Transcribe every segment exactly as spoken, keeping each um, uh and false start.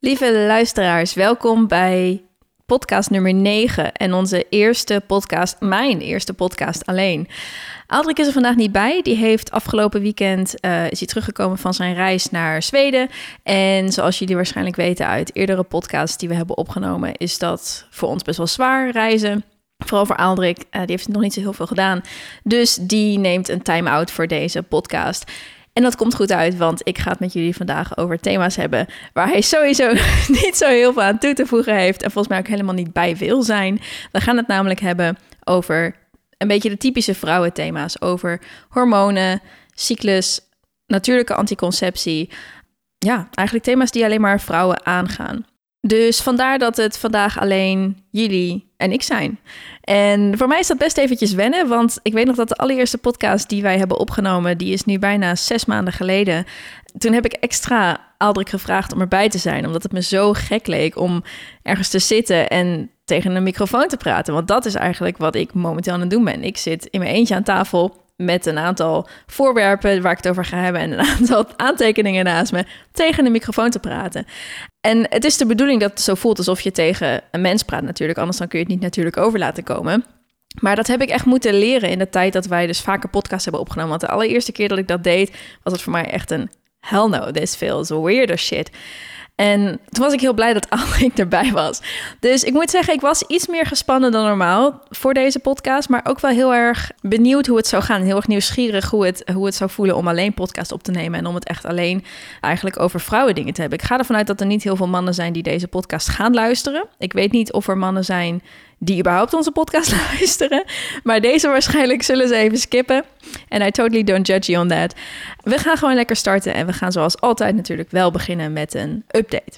Lieve luisteraars, welkom bij podcast nummer negen en onze eerste podcast, mijn eerste podcast alleen. Aldrik is er vandaag niet bij. Die heeft afgelopen weekend uh, is hij teruggekomen van zijn reis naar Zweden. En zoals jullie waarschijnlijk weten uit eerdere podcasts die we hebben opgenomen, is dat voor ons best wel zwaar reizen. Vooral voor Aldrik, uh, die heeft nog niet zo heel veel gedaan. Dus die neemt een time-out voor deze podcast. En dat komt goed uit, want ik ga het met jullie vandaag over thema's hebben waar hij sowieso niet zo heel veel aan toe te voegen heeft en volgens mij ook helemaal niet bij wil zijn. We gaan het namelijk hebben over een beetje de typische vrouwenthema's, over hormonen, cyclus, natuurlijke anticonceptie. Ja, eigenlijk thema's die alleen maar vrouwen aangaan. Dus vandaar dat het vandaag alleen jullie en ik zijn. En voor mij is dat best eventjes wennen, want ik weet nog dat de allereerste podcast die wij hebben opgenomen, die is nu bijna zes maanden geleden. Toen heb ik extra Aldrik gevraagd om erbij te zijn, omdat het me zo gek leek om ergens te zitten en tegen een microfoon te praten. Want dat is eigenlijk wat ik momenteel aan het doen ben. Ik zit in mijn eentje aan tafel met een aantal voorwerpen waar ik het over ga hebben en een aantal aantekeningen naast me tegen een microfoon te praten. En het is de bedoeling dat het zo voelt alsof je tegen een mens praat natuurlijk, anders dan kun je het niet natuurlijk over laten komen. Maar dat heb ik echt moeten leren in de tijd dat wij dus vaker podcasts hebben opgenomen. Want de allereerste keer dat ik dat deed, was het voor mij echt een hell no, this feels weirder shit. En toen was ik heel blij dat Aldrik erbij was. Dus ik moet zeggen, ik was iets meer gespannen dan normaal voor deze podcast, maar ook wel heel erg benieuwd hoe het zou gaan. Heel erg nieuwsgierig hoe het, hoe het zou voelen om alleen podcast op te nemen en om het echt alleen eigenlijk over vrouwendingen te hebben. Ik ga ervan uit dat er niet heel veel mannen zijn die deze podcast gaan luisteren. Ik weet niet of er mannen zijn die überhaupt onze podcast luisteren, maar deze waarschijnlijk zullen ze even skippen. En I totally don't judge you on that. We gaan gewoon lekker starten en we gaan zoals altijd natuurlijk wel beginnen met een update.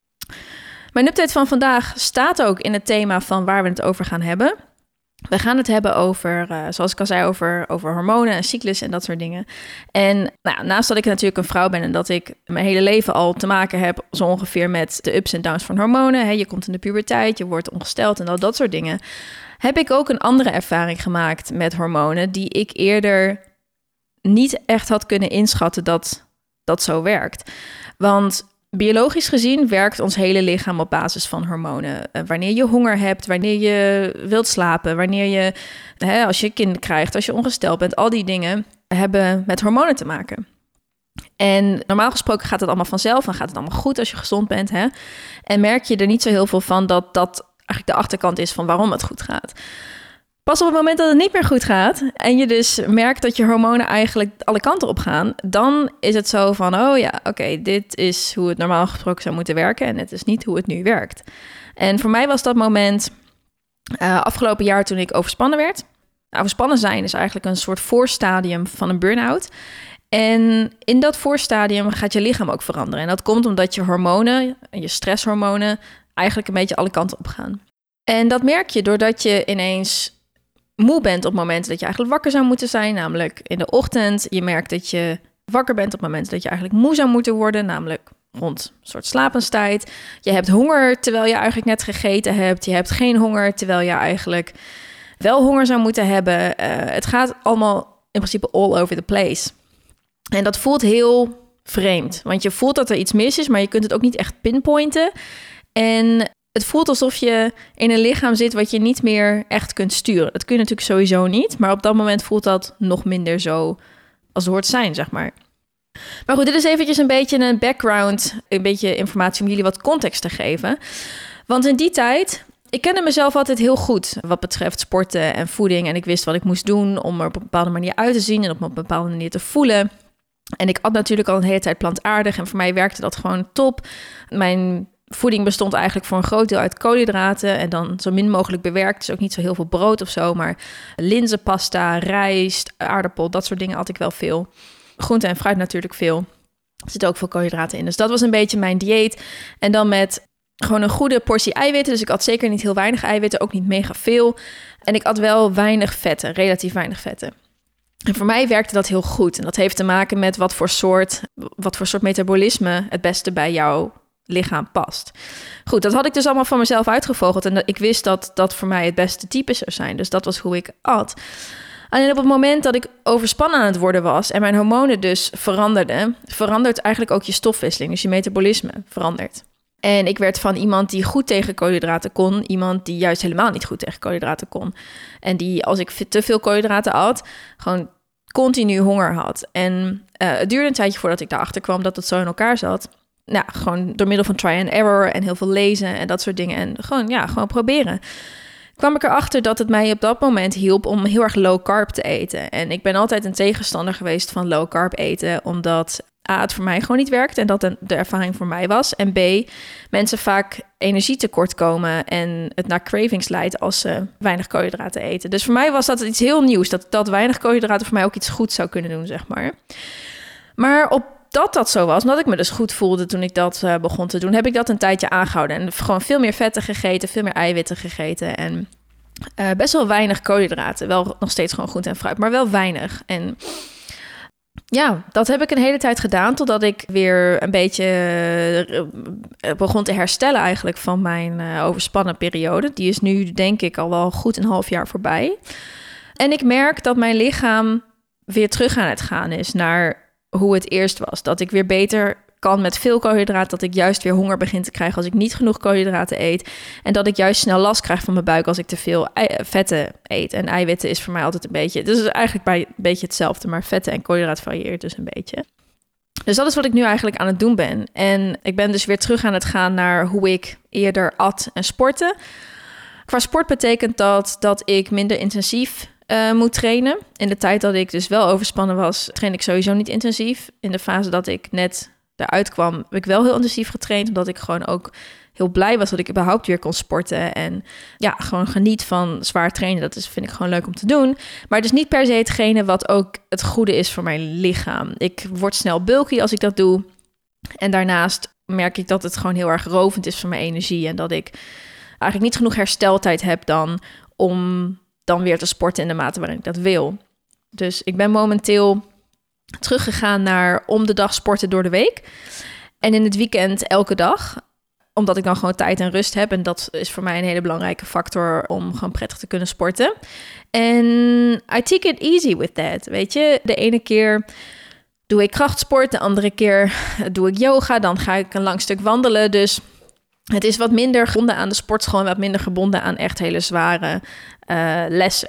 Mijn update van vandaag staat ook in het thema van waar we het over gaan hebben. We gaan het hebben over, uh, zoals ik al zei, over, over hormonen en cyclus en dat soort dingen. En nou, naast dat ik natuurlijk een vrouw ben en dat ik mijn hele leven al te maken heb zo ongeveer met de ups en downs van hormonen. Hè, je komt in de puberteit, je wordt ongesteld en al dat soort dingen. Heb ik ook een andere ervaring gemaakt met hormonen die ik eerder niet echt had kunnen inschatten dat dat zo werkt. Want biologisch gezien werkt ons hele lichaam op basis van hormonen. Uh, wanneer je honger hebt, wanneer je wilt slapen, wanneer je, hè, als je kinderen krijgt, als je ongesteld bent, al die dingen hebben met hormonen te maken. En normaal gesproken gaat het allemaal vanzelf en gaat het allemaal goed als je gezond bent. Hè? En merk je er niet zo heel veel van dat dat eigenlijk de achterkant is van waarom het goed gaat. Pas op het moment dat het niet meer goed gaat en je dus merkt dat je hormonen eigenlijk alle kanten op gaan, dan is het zo van, oh ja, oké, okay, dit is hoe het normaal gesproken zou moeten werken en het is niet hoe het nu werkt. En voor mij was dat moment uh, afgelopen jaar toen ik overspannen werd. Overspannen zijn is eigenlijk een soort voorstadium van een burn-out. En in dat voorstadium gaat je lichaam ook veranderen. En dat komt omdat je hormonen, je stresshormonen, eigenlijk een beetje alle kanten op gaan. En dat merk je doordat je ineens moe bent op momenten dat je eigenlijk wakker zou moeten zijn, namelijk in de ochtend. Je merkt dat je wakker bent op momenten dat je eigenlijk moe zou moeten worden, namelijk rond een soort slapenstijd. Je hebt honger terwijl je eigenlijk net gegeten hebt. Je hebt geen honger terwijl je eigenlijk wel honger zou moeten hebben. Uh, het gaat allemaal in principe all over the place. En dat voelt heel vreemd, want je voelt dat er iets mis is, maar je kunt het ook niet echt pinpointen. En het voelt alsof je in een lichaam zit wat je niet meer echt kunt sturen. Dat kun je natuurlijk sowieso niet, maar op dat moment voelt dat nog minder zo als het hoort zijn, zeg maar. Maar goed, dit is eventjes een beetje een background, een beetje informatie om jullie wat context te geven. Want in die tijd, ik kende mezelf altijd heel goed wat betreft sporten en voeding. En ik wist wat ik moest doen om er op een bepaalde manier uit te zien en op een bepaalde manier te voelen. En ik at natuurlijk al een hele tijd plantaardig en voor mij werkte dat gewoon top. Mijn voeding bestond eigenlijk voor een groot deel uit koolhydraten en dan zo min mogelijk bewerkt. Dus ook niet zo heel veel brood of zo, maar linzenpasta, rijst, aardappel, dat soort dingen at ik wel veel. Groente en fruit natuurlijk veel. Er zitten ook veel koolhydraten in. Dus dat was een beetje mijn dieet. En dan met gewoon een goede portie eiwitten. Dus ik at zeker niet heel weinig eiwitten, ook niet mega veel. En ik at wel weinig vetten, relatief weinig vetten. En voor mij werkte dat heel goed. En dat heeft te maken met wat voor soort, wat voor soort metabolisme het beste bij jouw lichaam past. Goed, dat had ik dus allemaal van mezelf uitgevogeld. En ik wist dat dat voor mij het beste type zou zijn. Dus dat was hoe ik at. Alleen op het moment dat ik overspannen aan het worden was en mijn hormonen dus veranderden, verandert eigenlijk ook je stofwisseling. Dus je metabolisme verandert. En ik werd van iemand die goed tegen koolhydraten kon, iemand die juist helemaal niet goed tegen koolhydraten kon. En die, als ik te veel koolhydraten at, gewoon continu honger had. En uh, het duurde een tijdje voordat ik daarachter kwam dat het zo in elkaar zat. Nou, gewoon door middel van try and error en heel veel lezen en dat soort dingen. En gewoon, ja, gewoon proberen. Kwam ik erachter dat het mij op dat moment hielp om heel erg low carb te eten. En ik ben altijd een tegenstander geweest van low carb eten, omdat A, het voor mij gewoon niet werkt en dat de ervaring voor mij was. En B, mensen vaak energietekort komen en het naar cravings leidt als ze weinig koolhydraten eten. Dus voor mij was dat iets heel nieuws, dat, dat weinig koolhydraten voor mij ook iets goeds zou kunnen doen, zeg maar. Maar op dat dat zo was, omdat ik me dus goed voelde toen ik dat uh, begon te doen, heb ik dat een tijdje aangehouden. En gewoon veel meer vetten gegeten, veel meer eiwitten gegeten en uh, best wel weinig koolhydraten. Wel nog steeds gewoon groente en fruit, maar wel weinig. En ja, dat heb ik een hele tijd gedaan, totdat ik weer een beetje uh, begon te herstellen eigenlijk van mijn uh, overspannen periode. Die is nu denk ik al wel goed een half jaar voorbij. En ik merk dat mijn lichaam weer terug aan het gaan is naar hoe het eerst was. Dat ik weer beter kan met veel koolhydraten, dat ik juist weer honger begin te krijgen als ik niet genoeg koolhydraten eet. En dat ik juist snel last krijg van mijn buik als ik te veel ei- vetten eet. En eiwitten is voor mij altijd een beetje, dus het is eigenlijk bij een beetje hetzelfde, maar vetten en koolhydraten varieert dus een beetje. Dus dat is wat ik nu eigenlijk aan het doen ben. En ik ben dus weer terug aan het gaan naar hoe ik eerder at en sporten. Qua sport betekent dat dat ik minder intensief Uh, moet trainen. In de tijd dat ik dus wel overspannen was, train ik sowieso niet intensief. In de fase dat ik net eruit kwam, heb ik wel heel intensief getraind, omdat ik gewoon ook heel blij was dat ik überhaupt weer kon sporten. En ja, gewoon geniet van zwaar trainen. Dat is, vind ik gewoon leuk om te doen. Maar het is niet per se hetgene wat ook het goede is voor mijn lichaam. Ik word snel bulky als ik dat doe. En daarnaast merk ik dat het gewoon heel erg rovend is voor mijn energie. En dat ik eigenlijk niet genoeg hersteltijd heb dan om dan weer te sporten in de mate waarin ik dat wil. Dus ik ben momenteel teruggegaan naar om de dag sporten door de week. En in het weekend elke dag. Omdat ik dan gewoon tijd en rust heb. En dat is voor mij een hele belangrijke factor om gewoon prettig te kunnen sporten. En I take it easy with that. Weet je, de ene keer doe ik krachtsport. De andere keer doe ik yoga. Dan ga ik een lang stuk wandelen. Dus het is wat minder gebonden aan de sportschool en wat minder gebonden aan echt hele zware uh, lessen.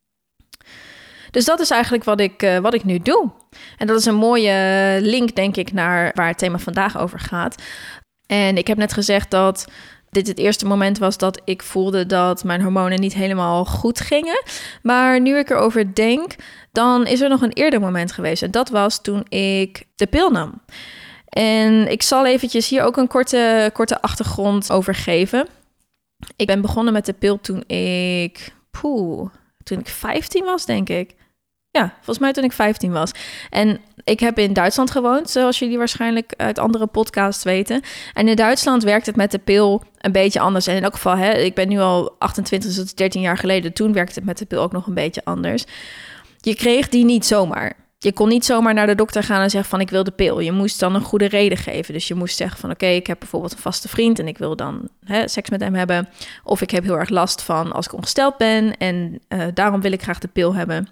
Dus dat is eigenlijk wat ik, uh, wat ik nu doe. En dat is een mooie link, denk ik, naar waar het thema vandaag over gaat. En ik heb net gezegd dat dit het eerste moment was dat ik voelde dat mijn hormonen niet helemaal goed gingen. Maar nu ik erover denk, dan is er nog een eerder moment geweest. En dat was toen ik de pil nam. En ik zal eventjes hier ook een korte, korte achtergrond over geven. Ik ben begonnen met de pil toen ik, poeh, toen ik vijftien was, denk ik. Ja, volgens mij toen ik vijftien was. En ik heb in Duitsland gewoond, zoals jullie waarschijnlijk uit andere podcasts weten. En in Duitsland werkt het met de pil een beetje anders. En in elk geval, hè, ik ben nu al achtentwintig, dus dat is dertien jaar geleden. Toen werkte het met de pil ook nog een beetje anders. Je kreeg die niet zomaar. Je kon niet zomaar naar de dokter gaan en zeggen van ik wil de pil. Je moest dan een goede reden geven. Dus je moest zeggen van oké, okay, ik heb bijvoorbeeld een vaste vriend en ik wil dan hè, seks met hem hebben. Of ik heb heel erg last van als ik ongesteld ben en uh, daarom wil ik graag de pil hebben.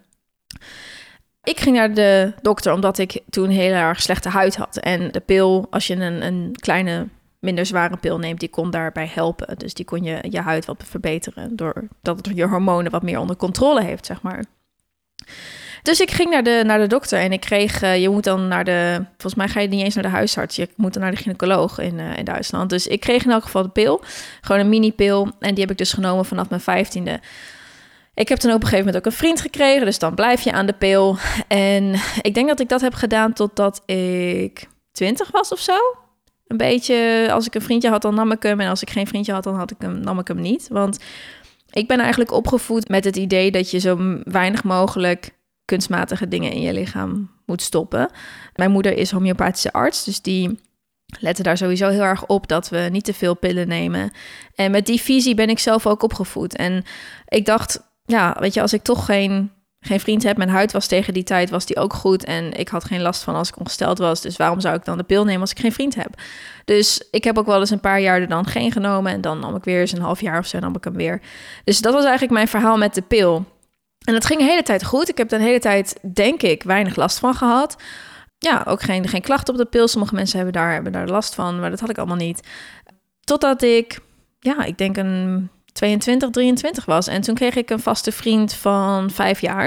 Ik ging naar de dokter omdat ik toen heel erg slechte huid had. En de pil, als je een, een kleine, minder zware pil neemt, die kon daarbij helpen. Dus die kon je, je huid wat verbeteren doordat het je hormonen wat meer onder controle heeft, zeg maar. Dus ik ging naar de, naar de dokter en ik kreeg, uh, je moet dan naar de, volgens mij ga je niet eens naar de huisarts, je moet dan naar de gynaecoloog in, uh, in Duitsland. Dus ik kreeg in elk geval de pil, gewoon een mini-pil en die heb ik dus genomen vanaf mijn vijftiende. Ik heb dan op een gegeven moment ook een vriend gekregen, dus dan blijf je aan de pil. En ik denk dat ik dat heb gedaan totdat ik twintig was of zo. Een beetje, als ik een vriendje had, dan nam ik hem en als ik geen vriendje had, dan had ik hem, nam ik hem niet. Want ik ben eigenlijk opgevoed met het idee dat je zo weinig mogelijk kunstmatige dingen in je lichaam moet stoppen. Mijn moeder is homeopathische arts, dus die lette daar sowieso heel erg op dat we niet te veel pillen nemen. En met die visie ben ik zelf ook opgevoed. En ik dacht, ja, weet je, als ik toch geen, geen vriend heb, mijn huid was tegen die tijd, was die ook goed. En ik had geen last van als ik ongesteld was. Dus waarom zou ik dan de pil nemen als ik geen vriend heb? Dus ik heb ook wel eens een paar jaar er dan geen genomen. En dan nam ik weer eens een half jaar of zo, nam ik hem weer. Dus dat was eigenlijk mijn verhaal met de pil. En dat ging de hele tijd goed. Ik heb er de hele tijd, denk ik, weinig last van gehad. Ja, ook geen, geen klachten op de pil. Sommige mensen hebben daar, hebben daar last van, maar dat had ik allemaal niet. Totdat ik, ja, ik denk een tweeëntwintig, drieëntwintig was. En toen kreeg ik een vaste vriend van vijf jaar.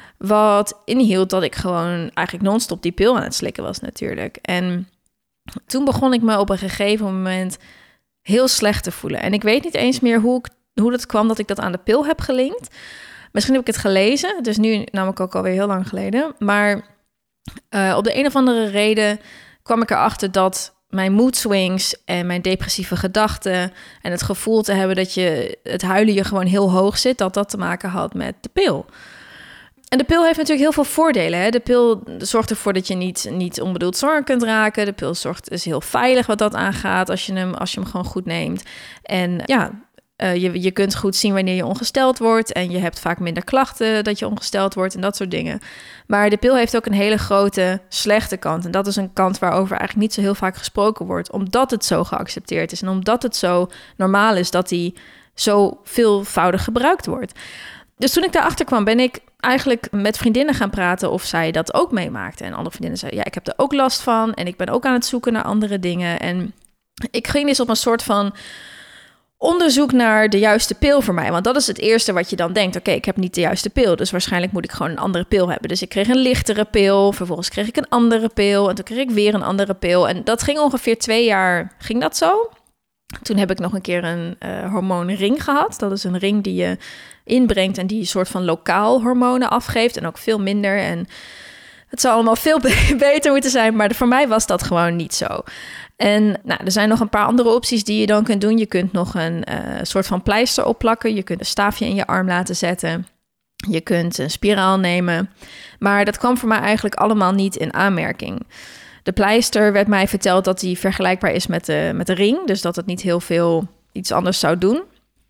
Wat inhield dat ik gewoon eigenlijk non-stop die pil aan het slikken was natuurlijk. En toen begon ik me op een gegeven moment heel slecht te voelen. En ik weet niet eens meer hoe, ik, hoe het kwam dat ik dat aan de pil heb gelinkt. Misschien heb ik het gelezen. Dus nu namelijk ook alweer heel lang geleden. Maar uh, op de een of andere reden kwam ik erachter dat mijn mood swings en mijn depressieve gedachten en het gevoel te hebben dat je het huilen je gewoon heel hoog zit, dat dat te maken had met de pil. En de pil heeft natuurlijk heel veel voordelen. Hè? De pil zorgt ervoor dat je niet, niet onbedoeld zwanger kunt raken. De pil zorgt, is heel veilig wat dat aangaat als je hem, als je hem gewoon goed neemt. En ja, uh, je, je kunt goed zien wanneer je ongesteld wordt. En je hebt vaak minder klachten dat je ongesteld wordt en dat soort dingen. Maar de pil heeft ook een hele grote slechte kant. En dat is een kant waarover eigenlijk niet zo heel vaak gesproken wordt. Omdat het zo geaccepteerd is. En omdat het zo normaal is dat die zo veelvoudig gebruikt wordt. Dus toen ik daarachter kwam, ben ik eigenlijk met vriendinnen gaan praten of zij dat ook meemaakten. En andere vriendinnen zeiden, ja, ik heb er ook last van. En ik ben ook aan het zoeken naar andere dingen. En ik ging dus op een soort van onderzoek naar de juiste pil voor mij. Want dat is het eerste wat je dan denkt. Oké, okay, ik heb niet de juiste pil, dus waarschijnlijk moet ik gewoon een andere pil hebben. Dus ik kreeg een lichtere pil, vervolgens kreeg ik een andere pil en toen kreeg ik weer een andere pil. En dat ging ongeveer twee jaar, ging dat zo. Toen heb ik nog een keer een uh, hormoonring gehad. Dat is een ring die je inbrengt en die een soort van lokaal hormonen afgeeft en ook veel minder. En het zou allemaal veel be- beter moeten zijn, maar voor mij was dat gewoon niet zo. En nou, er zijn nog een paar andere opties die je dan kunt doen. Je kunt nog een uh, soort van pleister opplakken. Je kunt een staafje in je arm laten zetten. Je kunt een spiraal nemen. Maar dat kwam voor mij eigenlijk allemaal niet in aanmerking. De pleister werd mij verteld dat die vergelijkbaar is met de, met de ring. Dus dat het niet heel veel iets anders zou doen.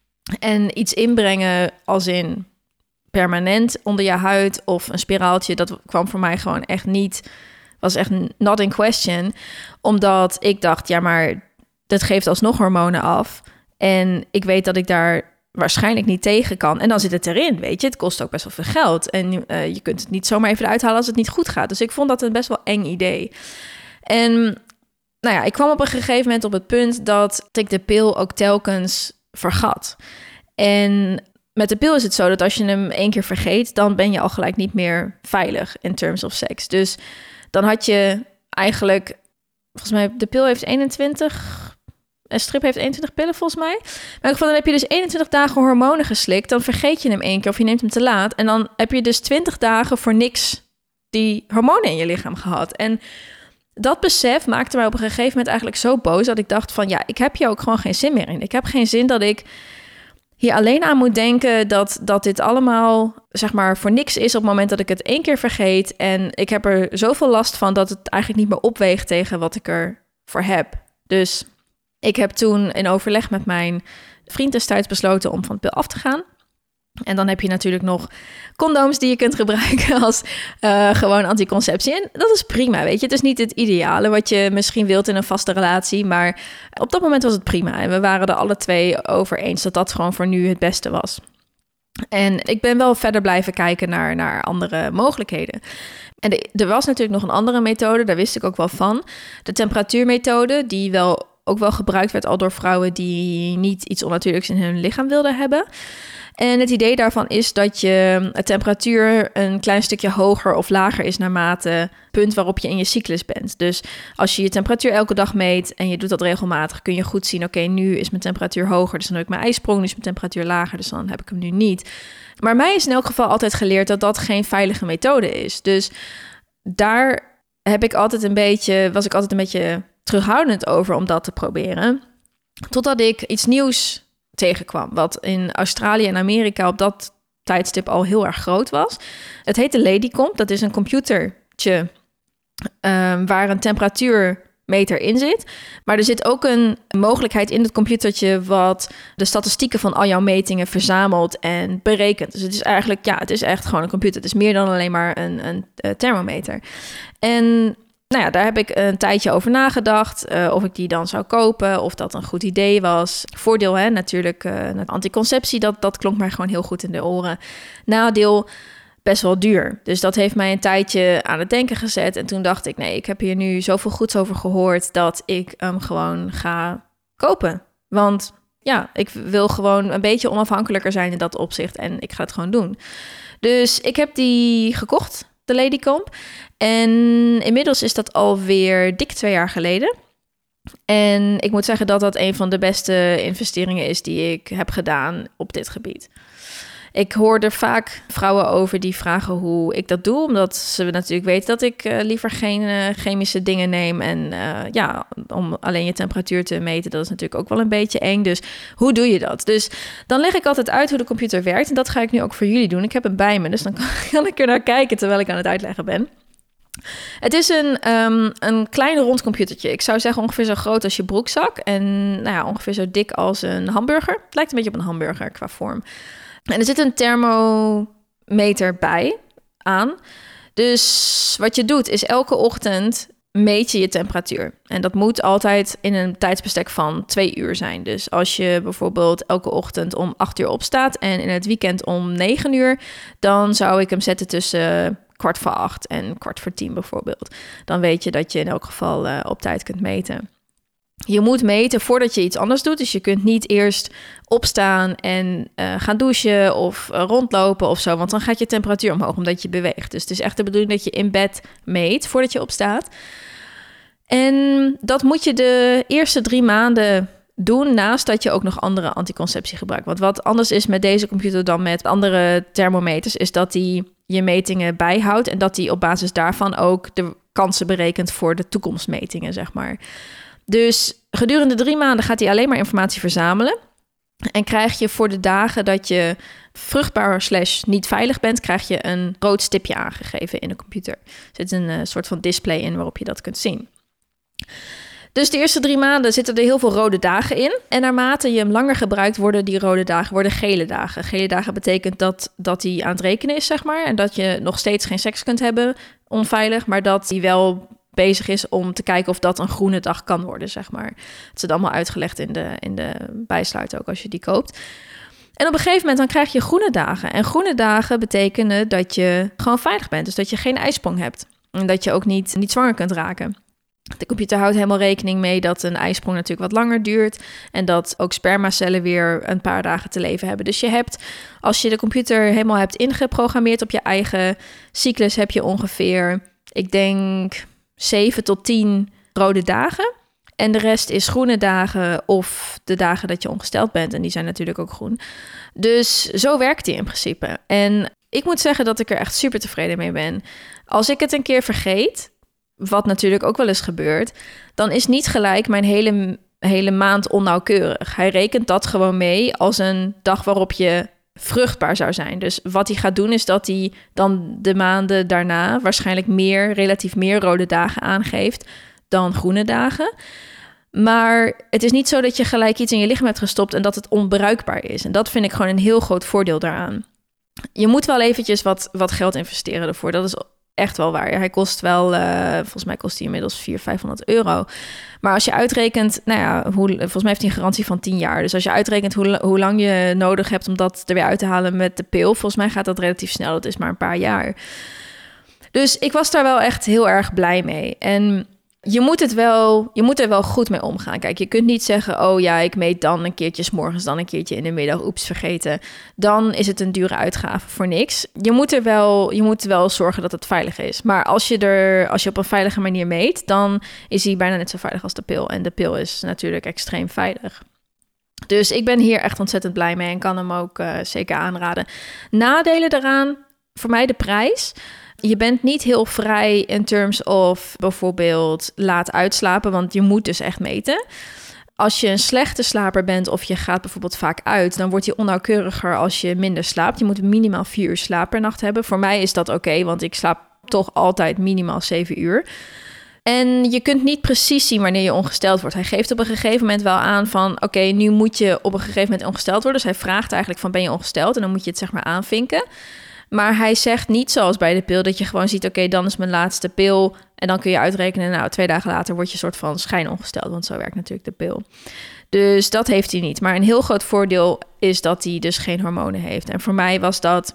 En iets inbrengen als in permanent onder je huid of een spiraaltje, dat kwam voor mij gewoon echt niet, was echt not in question. Omdat ik dacht, ja, maar dat geeft alsnog hormonen af. En ik weet dat ik daar waarschijnlijk niet tegen kan. En dan zit het erin, weet je. Het kost ook best wel veel geld. En uh, je kunt het niet zomaar even eruit halen als het niet goed gaat. Dus ik vond dat een best wel eng idee. En nou ja, ik kwam op een gegeven moment op het punt dat ik de pil ook telkens vergat. En met de pil is het zo dat als je hem één keer vergeet, dan ben je al gelijk niet meer veilig in terms of sex. Dus dan had je eigenlijk, volgens mij, de pil heeft eenentwintig, een strip heeft eenentwintig pillen volgens mij. Maar dan heb je dus eenentwintig dagen hormonen geslikt, dan vergeet je hem één keer of je neemt hem te laat. En dan heb je dus twintig dagen voor niks die hormonen in je lichaam gehad. En dat besef maakte mij op een gegeven moment eigenlijk zo boos dat ik dacht van ja, ik heb hier ook gewoon geen zin meer in. Ik heb geen zin dat ik hier alleen aan moet denken dat, dat dit allemaal, zeg maar, voor niks is op het moment dat ik het één keer vergeet. En ik heb er zoveel last van dat het eigenlijk niet meer opweegt tegen wat ik ervoor heb. Dus ik heb toen in overleg met mijn vriend destijds besloten om van de pil af te gaan. En dan heb je natuurlijk nog condooms die je kunt gebruiken als uh, gewoon anticonceptie. En dat is prima, weet je. Het is niet het ideale wat je misschien wilt in een vaste relatie. Maar op dat moment was het prima. En we waren er alle twee over eens dat dat gewoon voor nu het beste was. En ik ben wel verder blijven kijken naar, naar andere mogelijkheden. En de, er was natuurlijk nog een andere methode, daar wist ik ook wel van. De temperatuurmethode, die wel ook wel gebruikt werd al door vrouwen die niet iets onnatuurlijks in hun lichaam wilden hebben. En het idee daarvan is dat je de temperatuur een klein stukje hoger of lager is naarmate het punt waarop je in je cyclus bent. Dus als je je temperatuur elke dag meet en je doet dat regelmatig, kun je goed zien, oké, okay, nu is mijn temperatuur hoger, dus dan heb ik mijn ijsprong, nu is mijn temperatuur lager, dus dan heb ik hem nu niet. Maar mij is in elk geval altijd geleerd dat dat geen veilige methode is. Dus daar heb ik altijd een beetje, was ik altijd een beetje terughoudend over om dat te proberen. Totdat ik iets nieuws tegenkwam, wat in Australië en Amerika op dat tijdstip al heel erg groot was. Het heet de Ladycomp. Dat is een computertje um, waar een temperatuurmeter in zit. Maar er zit ook een mogelijkheid in het computertje wat de statistieken van al jouw metingen verzamelt en berekent. Dus het is eigenlijk, ja, het is echt gewoon een computer. Het is meer dan alleen maar een, een, een thermometer. En nou ja, daar heb ik een tijdje over nagedacht. Uh, of ik die dan zou kopen, of dat een goed idee was. Voordeel, hè, natuurlijk, uh, anticonceptie, dat, dat klonk mij gewoon heel goed in de oren. Nadeel, best wel duur. Dus dat heeft mij een tijdje aan het denken gezet. En toen dacht ik, nee, ik heb hier nu zoveel goeds over gehoord dat ik hem gewoon ga kopen. Want ja, ik wil gewoon een beetje onafhankelijker zijn in dat opzicht. En ik ga het gewoon doen. Dus ik heb die gekocht, de Ladycomb. En inmiddels is dat alweer dik twee jaar geleden. En ik moet zeggen dat dat een van de beste investeringen is die ik heb gedaan op dit gebied. Ik hoor er vaak vrouwen over die vragen hoe ik dat doe. Omdat ze natuurlijk weten dat ik uh, liever geen uh, chemische dingen neem. En uh, ja, om alleen je temperatuur te meten, dat is natuurlijk ook wel een beetje eng. Dus hoe doe je dat? Dus dan leg ik altijd uit hoe de computer werkt. En dat ga ik nu ook voor jullie doen. Ik heb hem bij me, dus dan kan ik er naar kijken terwijl ik aan het uitleggen ben. Het is een, um, een klein rond computertje. Ik zou zeggen ongeveer zo groot als je broekzak. En nou ja, ongeveer zo dik als een hamburger. Het lijkt een beetje op een hamburger qua vorm. En er zit een thermometer bij aan. Dus wat je doet is elke ochtend meet je je temperatuur. En dat moet altijd in een tijdsbestek van twee uur zijn. Dus als je bijvoorbeeld elke ochtend om acht uur opstaat en in het weekend om negen uur, dan zou ik hem zetten tussen kwart voor acht en kwart voor tien bijvoorbeeld. Dan weet je dat je in elk geval uh, op tijd kunt meten. Je moet meten voordat je iets anders doet. Dus je kunt niet eerst opstaan en uh, gaan douchen of uh, rondlopen of zo. Want dan gaat je temperatuur omhoog omdat je beweegt. Dus het is echt de bedoeling dat je in bed meet voordat je opstaat. En dat moet je de eerste drie maanden doen naast dat je ook nog andere anticonceptie gebruikt. Want wat anders is met deze computer dan met andere thermometers, is dat die je metingen bijhoudt en dat die op basis daarvan ook de kansen berekent voor de toekomstmetingen, zeg maar. Dus gedurende drie maanden gaat hij alleen maar informatie verzamelen. En krijg je voor de dagen dat je vruchtbaar slash niet veilig bent, krijg je een rood stipje aangegeven in de computer. Er zit een uh, soort van display in waarop je dat kunt zien. Dus de eerste drie maanden zitten er heel veel rode dagen in. En naarmate je hem langer gebruikt, worden die rode dagen worden gele dagen. Gele dagen betekent dat, dat die aan het rekenen is, zeg maar. En dat je nog steeds geen seks kunt hebben, onveilig. Maar dat die wel bezig is om te kijken of dat een groene dag kan worden, zeg maar. Het zit allemaal uitgelegd in de, in de bijsluit ook als je die koopt. En op een gegeven moment dan krijg je groene dagen. En groene dagen betekenen dat je gewoon veilig bent. Dus dat je geen ijsprong hebt. En dat je ook niet, niet zwanger kunt raken. De computer houdt helemaal rekening mee dat een ijsprong natuurlijk wat langer duurt. En dat ook spermacellen weer een paar dagen te leven hebben. Dus je hebt, als je de computer helemaal hebt ingeprogrammeerd op je eigen cyclus, heb je ongeveer, ik denk, zeven tot tien rode dagen. En de rest is groene dagen of de dagen dat je ongesteld bent. En die zijn natuurlijk ook groen. Dus zo werkt die in principe. En ik moet zeggen dat ik er echt super tevreden mee ben. Als ik het een keer vergeet, wat natuurlijk ook wel eens gebeurt, dan is niet gelijk mijn hele, hele maand onnauwkeurig. Hij rekent dat gewoon mee als een dag waarop je vruchtbaar zou zijn. Dus wat hij gaat doen is dat hij dan de maanden daarna waarschijnlijk meer, relatief meer rode dagen aangeeft dan groene dagen. Maar het is niet zo dat je gelijk iets in je lichaam hebt gestopt en dat het onbruikbaar is. En dat vind ik gewoon een heel groot voordeel daaraan. Je moet wel eventjes wat, wat geld investeren ervoor. Dat is echt wel waar. Hij kost wel, uh, volgens mij kost hij inmiddels vierhonderd, vijfhonderd euro. Maar als je uitrekent, nou ja, hoe, volgens mij heeft hij een garantie van tien jaar. Dus als je uitrekent hoe, hoe lang je nodig hebt om dat er weer uit te halen met de pil, volgens mij gaat dat relatief snel. Dat is maar een paar jaar. Dus ik was daar wel echt heel erg blij mee. En je moet het wel, je moet er wel goed mee omgaan. Kijk, je kunt niet zeggen, oh ja, ik meet dan een keertje 's morgens, dan een keertje in de middag, oeps, vergeten. Dan is het een dure uitgave voor niks. Je moet er wel, je moet wel zorgen dat het veilig is. Maar als je er, als je op een veilige manier meet, dan is hij bijna net zo veilig als de pil. En de pil is natuurlijk extreem veilig. Dus ik ben hier echt ontzettend blij mee en kan hem ook uh, zeker aanraden. Nadelen daaraan, voor mij de prijs. Je bent niet heel vrij in terms of bijvoorbeeld laat uitslapen, want je moet dus echt meten. Als je een slechte slaper bent of je gaat bijvoorbeeld vaak uit, dan wordt je onnauwkeuriger als je minder slaapt. Je moet minimaal vier uur slaap per nacht hebben. Voor mij is dat oké, okay, want ik slaap toch altijd minimaal zeven uur. En je kunt niet precies zien wanneer je ongesteld wordt. Hij geeft op een gegeven moment wel aan van, oké, okay, nu moet je op een gegeven moment ongesteld worden. Dus hij vraagt eigenlijk van, ben je ongesteld? En dan moet je het zeg maar aanvinken. Maar hij zegt niet zoals bij de pil dat je gewoon ziet, oké, okay, dan is mijn laatste pil. En dan kun je uitrekenen, nou, twee dagen later word je een soort van schijnongesteld. Want zo werkt natuurlijk de pil. Dus dat heeft hij niet. Maar een heel groot voordeel is dat hij dus geen hormonen heeft. En voor mij was dat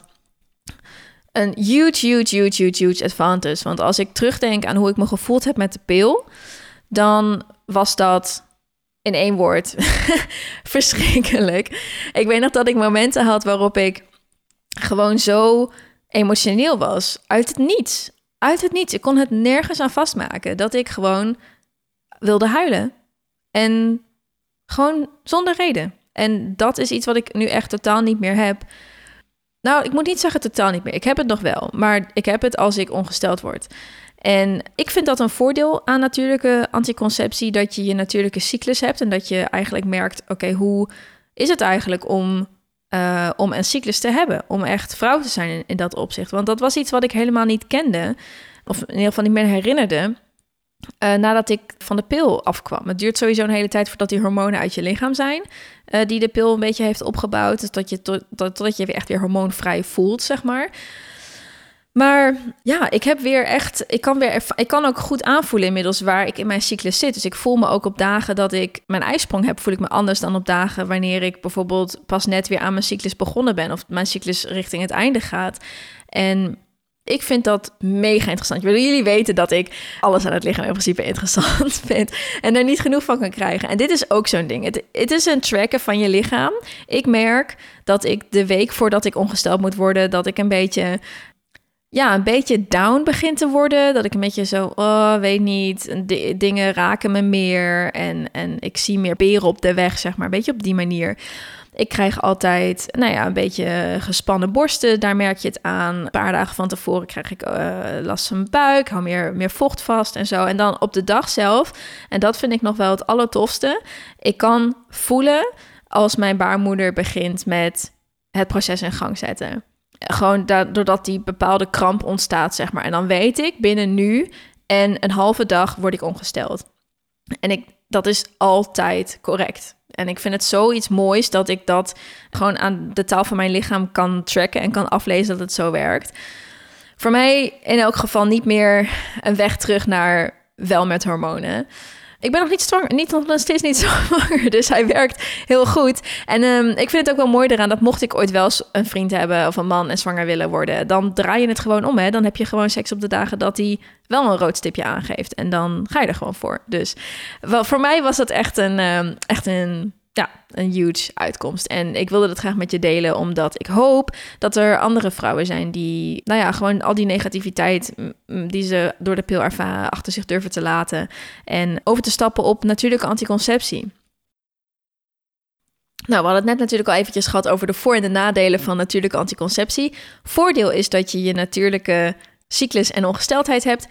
een huge, huge, huge, huge, huge advantage. Want als ik terugdenk aan hoe ik me gevoeld heb met de pil, dan was dat in één woord, verschrikkelijk. Ik weet nog dat ik momenten had waarop ik gewoon zo emotioneel was. Uit het niets. Uit het niets. Ik kon het nergens aan vastmaken. Dat ik gewoon wilde huilen. En gewoon zonder reden. En dat is iets wat ik nu echt totaal niet meer heb. Nou, ik moet niet zeggen totaal niet meer. Ik heb het nog wel. Maar ik heb het als ik ongesteld word. En ik vind dat een voordeel aan natuurlijke anticonceptie, dat je je natuurlijke cyclus hebt en dat je eigenlijk merkt, oké, okay, hoe is het eigenlijk om, uh, om een cyclus te hebben? Om echt vrouw te zijn in, in dat opzicht. Want dat was iets wat ik helemaal niet kende, of in ieder geval niet meer herinnerde, uh, nadat ik van de pil afkwam. Het duurt sowieso een hele tijd voordat die hormonen uit je lichaam zijn, uh, die de pil een beetje heeft opgebouwd. Dus dat je tot, tot, totdat je weer echt weer hormoonvrij voelt, zeg maar. Maar ja, ik heb weer echt, ik kan weer, ik kan ook goed aanvoelen inmiddels waar ik in mijn cyclus zit. Dus ik voel me ook op dagen dat ik mijn ijsprong heb, voel ik me anders dan op dagen wanneer ik bijvoorbeeld pas net weer aan mijn cyclus begonnen ben of mijn cyclus richting het einde gaat. En ik vind dat mega interessant. Jullie weten dat ik alles aan het lichaam in principe interessant vind en er niet genoeg van kan krijgen. En dit is ook zo'n ding. Het, het is een tracken van je lichaam. Ik merk dat ik de week voordat ik ongesteld moet worden, dat ik een beetje... ja, een beetje down begint te worden. Dat ik een beetje zo, oh, weet niet, d- dingen raken me meer. En, en ik zie meer beren op de weg, zeg maar. Een beetje op die manier. Ik krijg altijd, nou ja, een beetje gespannen borsten. Daar merk je het aan. Een paar dagen van tevoren krijg ik uh, last van mijn buik. Hou meer, meer vocht vast en zo. En dan op de dag zelf, en dat vind ik nog wel het allertofste. Ik kan voelen als mijn baarmoeder begint met het proces in gang zetten. Gewoon da- doordat die bepaalde kramp ontstaat, zeg maar. En dan weet ik, binnen nu en een halve dag word ik ongesteld. En ik, dat is altijd correct. En ik vind het zoiets moois dat ik dat gewoon aan de taal van mijn lichaam kan tracken en kan aflezen dat het zo werkt. Voor mij in elk geval niet meer een weg terug naar wel met hormonen. Ik ben nog niet zwanger, niet, nog steeds niet zwanger, dus hij werkt heel goed. En um, ik vind het ook wel mooi eraan dat mocht ik ooit wel een vriend hebben of een man en zwanger willen worden, dan draai je het gewoon om. Hè? Dan heb je gewoon seks op de dagen dat hij wel een rood stipje aangeeft. En dan ga je er gewoon voor. Dus wel, voor mij was dat echt een, um, echt een, ja, een huge uitkomst. En ik wilde dat graag met je delen, omdat ik hoop dat er andere vrouwen zijn die, nou ja, gewoon al die negativiteit die ze door de pil ervaren achter zich durven te laten en over te stappen op natuurlijke anticonceptie. Nou, we hadden het net natuurlijk al eventjes gehad over de voor- en de nadelen van natuurlijke anticonceptie. Voordeel is dat je je natuurlijke cyclus en ongesteldheid hebt.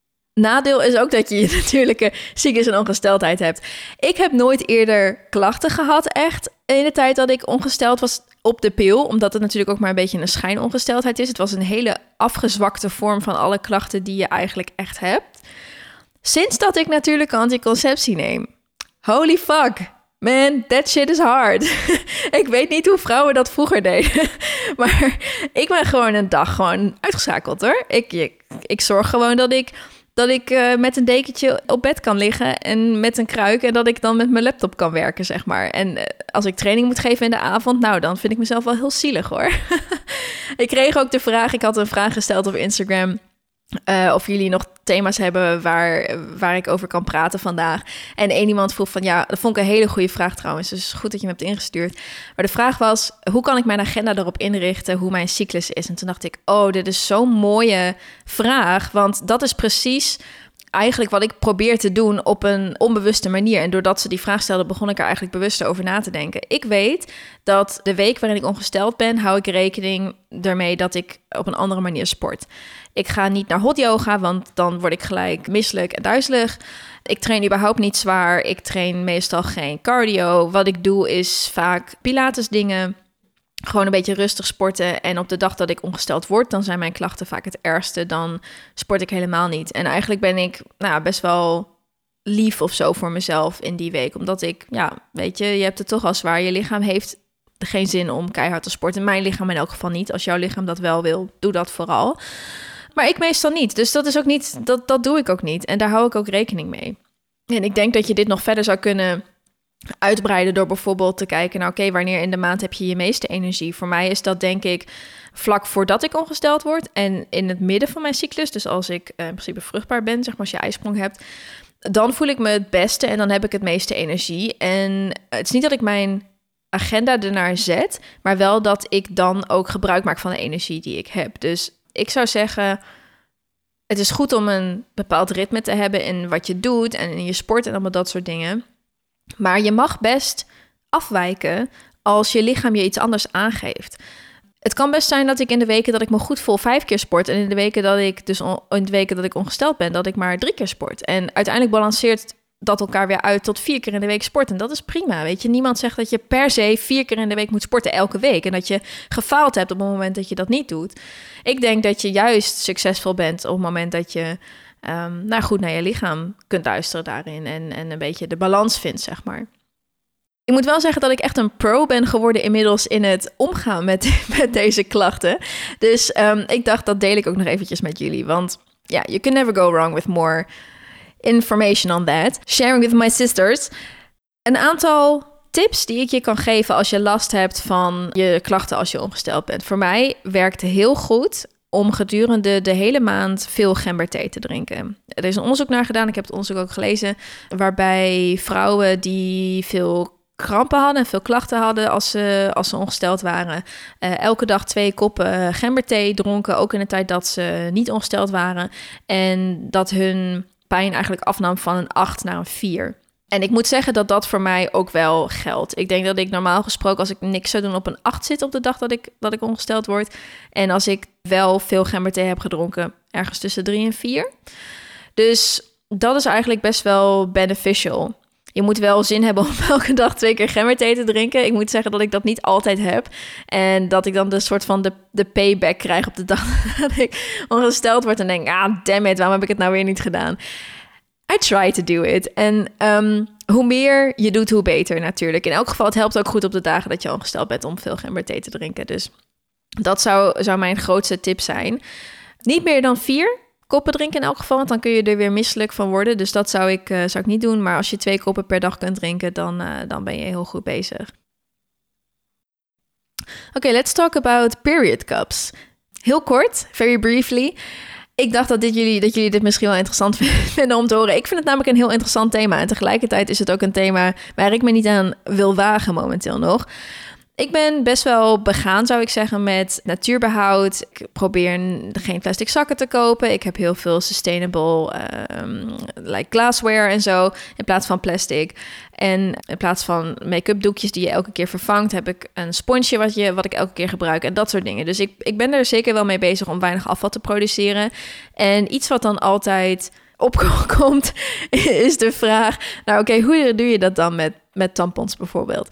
Nadeel is ook dat je je natuurlijke cyclus en ongesteldheid hebt. Ik heb nooit eerder klachten gehad, echt, in de tijd dat ik ongesteld was op de pil. Omdat het natuurlijk ook maar een beetje een schijnongesteldheid is. Het was een hele afgezwakte vorm van alle klachten die je eigenlijk echt hebt. Sinds dat ik natuurlijke anticonceptie neem. Holy fuck. Man, that shit is hard. Ik weet niet hoe vrouwen dat vroeger deden. Maar ik ben gewoon een dag gewoon uitgeschakeld, hoor. Ik, ik, ik zorg gewoon dat ik... dat ik uh, met een dekentje op bed kan liggen en met een kruik en dat ik dan met mijn laptop kan werken, zeg maar. En uh, als ik training moet geven in de avond, nou, dan vind ik mezelf wel heel zielig, hoor. Ik kreeg ook de vraag, ik had een vraag gesteld op Instagram, uh, of jullie nog thema's hebben waar, waar ik over kan praten vandaag. En één iemand vroeg van, ja, dat vond ik een hele goede vraag trouwens, dus goed dat je me hebt ingestuurd. Maar de vraag was, hoe kan ik mijn agenda erop inrichten hoe mijn cyclus is? En toen dacht ik, oh, dit is zo'n mooie vraag, want dat is precies eigenlijk wat ik probeer te doen op een onbewuste manier. En doordat ze die vraag stelde, begon ik er eigenlijk bewuster over na te denken. Ik weet dat de week waarin ik ongesteld ben, hou ik rekening ermee dat ik op een andere manier sport. Ik ga niet naar hot yoga, want dan word ik gelijk misselijk en duizelig. Ik train überhaupt niet zwaar. Ik train meestal geen cardio. Wat ik doe is vaak pilates dingen. Gewoon een beetje rustig sporten. En op de dag dat ik ongesteld word, dan zijn mijn klachten vaak het ergste. Dan sport ik helemaal niet. En eigenlijk ben ik nou, best wel lief of zo voor mezelf in die week. Omdat ik, ja, weet je, je hebt het toch al zwaar. Je lichaam heeft geen zin om keihard te sporten. Mijn lichaam in elk geval niet. Als jouw lichaam dat wel wil, doe dat vooral. Maar ik meestal niet. Dus dat is ook niet, dat, dat doe ik ook niet. En daar hou ik ook rekening mee. En ik denk dat je dit nog verder zou kunnen uitbreiden door bijvoorbeeld te kijken, nou oké, okay, wanneer in de maand heb je je meeste energie? Voor mij is dat denk ik vlak voordat ik ongesteld word en in het midden van mijn cyclus. Dus als ik uh, in principe vruchtbaar ben, zeg maar als je ijsprong hebt. dan voel ik me het beste en dan heb ik het meeste energie. En het is niet dat ik mijn agenda ernaar zet, maar wel dat ik dan ook gebruik maak van de energie die ik heb. Dus ik zou zeggen, het is goed om een bepaald ritme te hebben in wat je doet en in je sport en allemaal dat soort dingen. Maar je mag best afwijken als je lichaam je iets anders aangeeft. Het kan best zijn dat ik in de weken dat ik me goed voel vijf keer sport en in de weken dat ik dus on, in de weken dat ik ongesteld ben, dat ik maar drie keer sport. En uiteindelijk balanceert dat elkaar weer uit tot vier keer in de week sporten. En dat is prima, weet je. Niemand zegt dat je per se vier keer in de week moet sporten elke week en dat je gefaald hebt op het moment dat je dat niet doet. Ik denk dat je juist succesvol bent op het moment dat je um, nou goed naar je lichaam kunt luisteren daarin en, en een beetje de balans vindt, zeg maar. Ik moet wel zeggen dat ik echt een pro ben geworden inmiddels in het omgaan met, met deze klachten. Dus um, ik dacht, dat deel ik ook nog eventjes met jullie. Want ja, yeah, you can never go wrong with more information on that. Sharing with my sisters. Een aantal tips die ik je kan geven als je last hebt van je klachten als je ongesteld bent. Voor mij werkt heel goed om gedurende de hele maand veel gemberthee te drinken. Er is een onderzoek naar gedaan, ik heb het onderzoek ook gelezen, waarbij vrouwen die veel krampen hadden en veel klachten hadden als ze, als ze ongesteld waren, Uh, elke dag twee koppen gemberthee dronken, ook in de tijd dat ze niet ongesteld waren. En dat hun pijn eigenlijk afnam van een acht naar een vier. En ik moet zeggen dat dat voor mij ook wel geldt. Ik denk dat ik normaal gesproken, als ik niks zou doen, op een acht zit op de dag dat ik, dat ik ongesteld word. En als ik wel veel gemberthee heb gedronken, ergens tussen drie en vier. Dus dat is eigenlijk best wel beneficial. Je moet wel zin hebben om elke dag twee keer gemberthee te drinken. Ik moet zeggen dat ik dat niet altijd heb. En dat ik dan de soort van de, de payback krijg op de dag dat ik ongesteld word. En denk, ah, damn it, waarom heb ik het nou weer niet gedaan? I try to do it. En um, hoe meer je doet, hoe beter natuurlijk. In elk geval, het helpt ook goed op de dagen dat je ongesteld bent om veel gemberthee te drinken. Dus dat zou, zou mijn grootste tip zijn. Niet meer dan vier koppen drinken in elk geval, want dan kun je er weer misselijk van worden. Dus dat zou ik, uh, zou ik niet doen. Maar als je twee koppen per dag kunt drinken, dan, uh, dan ben je heel goed bezig. Oké, okay, let's talk about period cups. Heel kort, very briefly. Ik dacht dat, dit jullie, dat jullie dit misschien wel interessant vinden om te horen. Ik vind het namelijk een heel interessant thema. En tegelijkertijd is het ook een thema waar ik me niet aan wil wagen momenteel nog. Ik ben best wel begaan, zou ik zeggen, met natuurbehoud. Ik probeer geen plastic zakken te kopen. Ik heb heel veel sustainable um, like glassware en zo, in plaats van plastic. En in plaats van make-up doekjes die je elke keer vervangt, heb ik een sponsje wat, je, wat ik elke keer gebruik en dat soort dingen. Dus ik, ik ben er zeker wel mee bezig om weinig afval te produceren. En iets wat dan altijd opkomt, is de vraag, nou oké, okay, hoe doe je dat dan met, met tampons bijvoorbeeld?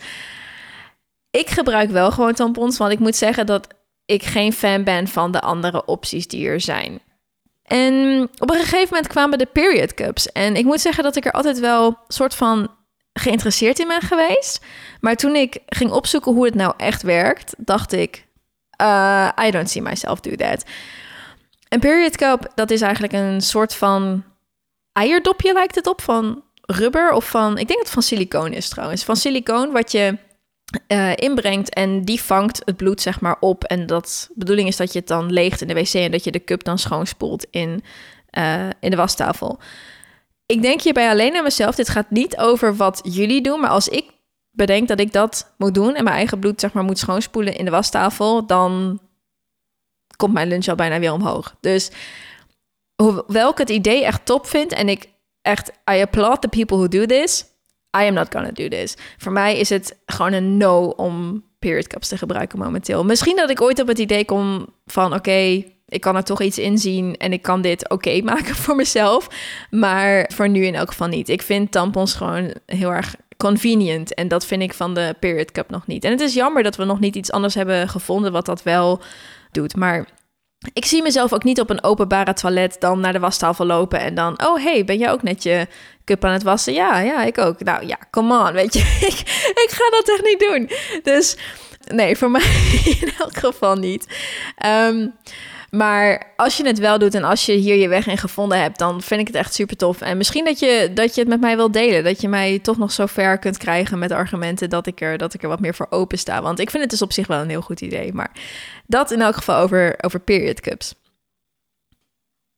Ik gebruik wel gewoon tampons, want ik moet zeggen dat ik geen fan ben van de andere opties die er zijn. En op een gegeven moment kwamen de period cups. En ik moet zeggen dat ik er altijd wel soort van geïnteresseerd in ben geweest. Maar toen ik ging opzoeken hoe het nou echt werkt, dacht ik, uh, I don't see myself do that. Een period cup, dat is eigenlijk een soort van eierdopje, lijkt het op, van rubber of van, ik denk dat het van silicoon is trouwens. Van silicoon wat je Uh, inbrengt en die vangt het bloed zeg maar op. En dat de bedoeling is dat je het dan leegt in de wc en dat je de cup dan schoonspoelt in, uh, in de wastafel. Ik denk hierbij alleen aan mezelf. Dit gaat niet over wat jullie doen, maar als ik bedenk dat ik dat moet doen en mijn eigen bloed zeg maar moet schoonspoelen in de wastafel, dan komt mijn lunch al bijna weer omhoog. Dus hoewel ik het idee echt top vind en ik echt, I applaud the people who do this, I am not gonna do this. Voor mij is het gewoon een no om period cups te gebruiken momenteel. Misschien dat ik ooit op het idee kom van oké, okay, ik kan er toch iets in zien en ik kan dit oké okay maken voor mezelf. Maar voor nu in elk geval niet. Ik vind tampons gewoon heel erg convenient en dat vind ik van de period cup nog niet. En het is jammer dat we nog niet iets anders hebben gevonden wat dat wel doet. Maar ik zie mezelf ook niet op een openbare toilet dan naar de wastafel lopen en dan, oh hey, ben jij ook net je cup aan het wassen? Ja, ja, ik ook. Nou ja, come on, weet je. ik, ik ga dat echt niet doen. Dus nee, voor mij in elk geval niet. Um, maar als je het wel doet en als je hier je weg in gevonden hebt, dan vind ik het echt super tof. En misschien dat je, dat je het met mij wilt delen. Dat je mij toch nog zo ver kunt krijgen met argumenten dat ik er, dat ik er wat meer voor open sta. Want ik vind het dus op zich wel een heel goed idee. Maar dat in elk geval over, over period cups.